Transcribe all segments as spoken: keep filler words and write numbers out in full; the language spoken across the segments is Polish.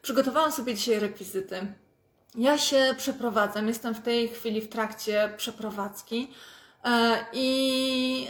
Przygotowałam sobie dzisiaj rekwizyty. Ja się przeprowadzam, jestem w tej chwili w trakcie przeprowadzki i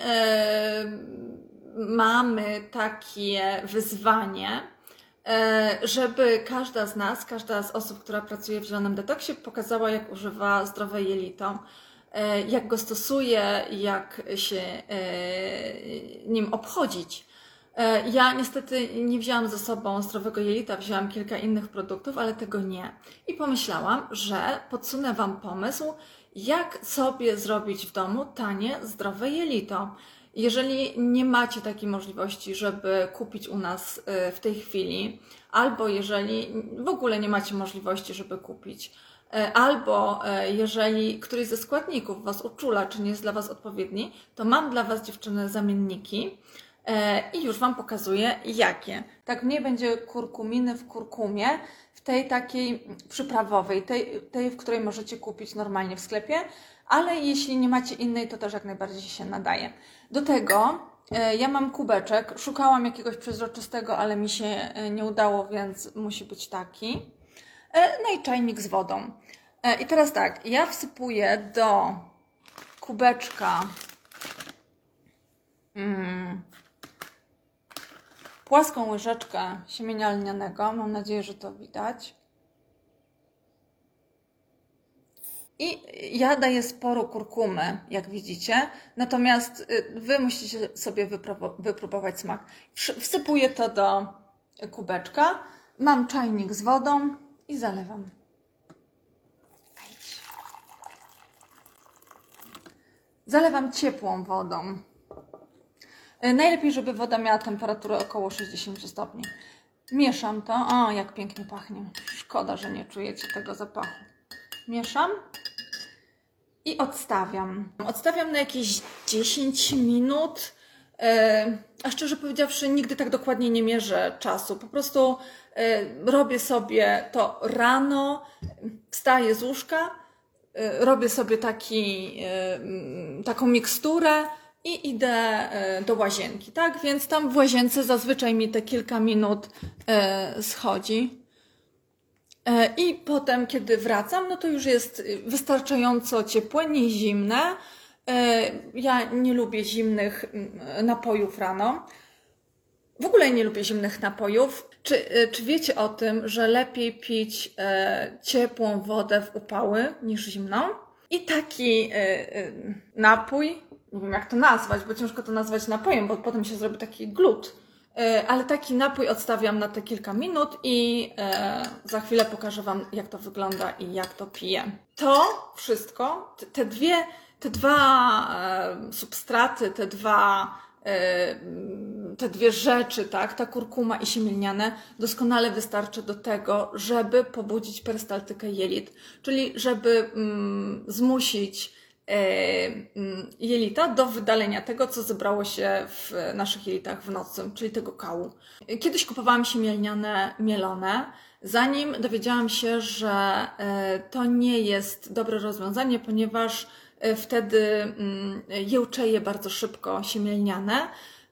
mamy takie wyzwanie, żeby każda z nas, każda z osób, która pracuje w Zielonym Detoksie, pokazała, jak używa zdrowe jelito, jak go stosuje, jak się nim obchodzić. Ja niestety nie wzięłam ze sobą zdrowego jelita, wzięłam kilka innych produktów, ale tego nie. I pomyślałam, że podsunę Wam pomysł, jak sobie zrobić w domu tanie, zdrowe jelito. Jeżeli nie macie takiej możliwości, żeby kupić u nas w tej chwili, albo jeżeli w ogóle nie macie możliwości, żeby kupić, albo jeżeli któryś ze składników Was uczula, czy nie jest dla Was odpowiedni, to mam dla Was, dziewczyny, zamienniki i już Wam pokazuję, jakie. Tak mniej będzie kurkuminy w kurkumie, w tej takiej przyprawowej, tej, tej, w której możecie kupić normalnie w sklepie, ale jeśli nie macie innej, to też jak najbardziej się nadaje. Do tego e, ja mam kubeczek, szukałam jakiegoś przezroczystego, ale mi się e, nie udało, więc musi być taki. E, no i czajnik z wodą. E, I teraz tak, ja wsypuję do kubeczka mm, płaską łyżeczkę siemienia lnianego. Mam nadzieję, że to widać. I ja daję sporo kurkumy, jak widzicie, natomiast Wy musicie sobie wypróbować smak. Wsypuję to do kubeczka, mam czajnik z wodą i zalewam. Zalewam ciepłą wodą. Najlepiej, żeby woda miała temperaturę około sześćdziesiąt stopni. Mieszam to. O, jak pięknie pachnie. Szkoda, że nie czujecie tego zapachu. Mieszam i odstawiam. Odstawiam na jakieś dziesięć minut. A szczerze powiedziawszy, nigdy tak dokładnie nie mierzę czasu. Po prostu robię sobie to rano, wstaję z łóżka, robię sobie taki, taką miksturę i idę do łazienki, tak? Więc tam w łazience zazwyczaj mi te kilka minut schodzi. I potem, kiedy wracam, no to już jest wystarczająco ciepłe, nie zimne. Ja nie lubię zimnych napojów rano. W ogóle nie lubię zimnych napojów. Czy, czy wiecie o tym, że lepiej pić ciepłą wodę w upały niż zimną? I taki napój, nie wiem jak to nazwać, bo ciężko to nazwać napojem, bo potem się zrobi taki glut. Ale taki napój odstawiam na te kilka minut i e, za chwilę pokażę Wam, jak to wygląda i jak to piję. To wszystko, te, te dwie, te dwa e, substraty, te dwa, e, te dwie rzeczy, tak, ta kurkuma i siemię lniane, doskonale wystarczy do tego, żeby pobudzić perystaltykę jelit, czyli żeby mm, zmusić jelita do wydalenia tego, co zebrało się w naszych jelitach w nocy, czyli tego kału. Kiedyś kupowałam siemię lniane mielone, zanim dowiedziałam się, że to nie jest dobre rozwiązanie, ponieważ wtedy jełczeje bardzo szybko siemię lniane.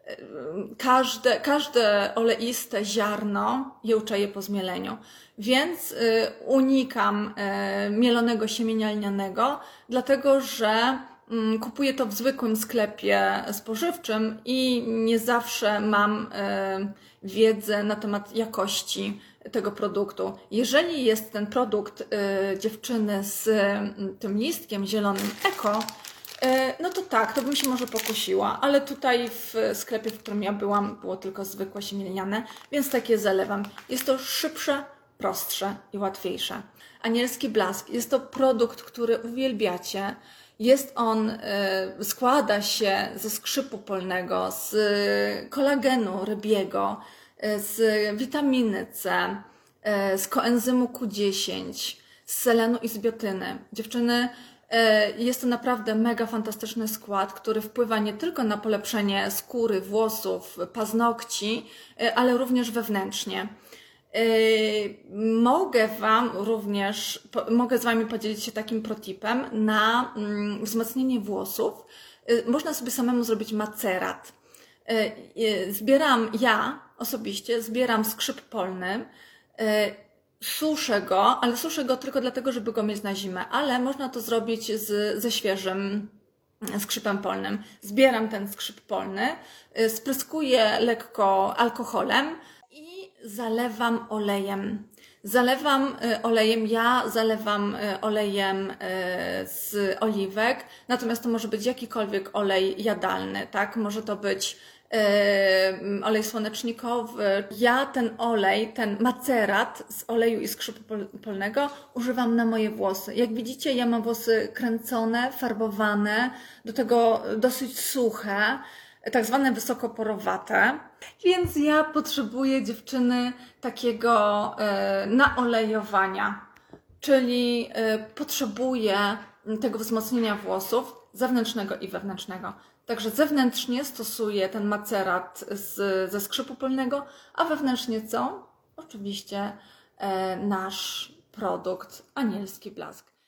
Każde, każde oleiste ziarno jełczeje po zmieleniu, więc unikam mielonego siemienia lnianego, dlatego że kupuję to w zwykłym sklepie spożywczym i nie zawsze mam wiedzę na temat jakości tego produktu. Jeżeli jest ten produkt dziewczyny z tym listkiem zielonym eko, no to tak, to bym się może pokusiła, ale tutaj w sklepie, w którym ja byłam, było tylko zwykłe siemię lniane, więc takie zalewam. Jest to szybsze, prostsze i łatwiejsze. Anielski Blask jest to produkt, który uwielbiacie. Jest on, składa się ze skrzypu polnego, z kolagenu rybiego, z witaminy C, z koenzymu Q dziesięć, z selenu i z biotyny. Dziewczyny, jest to naprawdę mega fantastyczny skład, który wpływa nie tylko na polepszenie skóry, włosów, paznokci, ale również wewnętrznie. Mogę Wam również, mogę z Wami podzielić się takim protipem na wzmocnienie włosów. Można sobie samemu zrobić macerat. Zbieram, ja osobiście zbieram skrzyp polny suszę go, ale suszę go tylko dlatego, żeby go mieć na zimę, ale można to zrobić z, ze świeżym skrzypem polnym. Zbieram ten skrzyp polny, spryskuję lekko alkoholem i zalewam olejem. Zalewam olejem, ja zalewam olejem z oliwek, natomiast to może być jakikolwiek olej jadalny, tak? Może to być olej słonecznikowy. Ja ten olej, ten macerat z oleju i skrzypu polnego używam na moje włosy. Jak widzicie, ja mam włosy kręcone, farbowane, do tego dosyć suche, tak zwane wysokoporowate. Więc ja potrzebuję, dziewczyny, takiego e, naolejowania, czyli e, potrzebuję tego wzmocnienia włosów zewnętrznego i wewnętrznego. Także zewnętrznie stosuję ten macerat z, ze skrzypu polnego, a wewnętrznie co? Oczywiście e, nasz produkt Anielski Blask.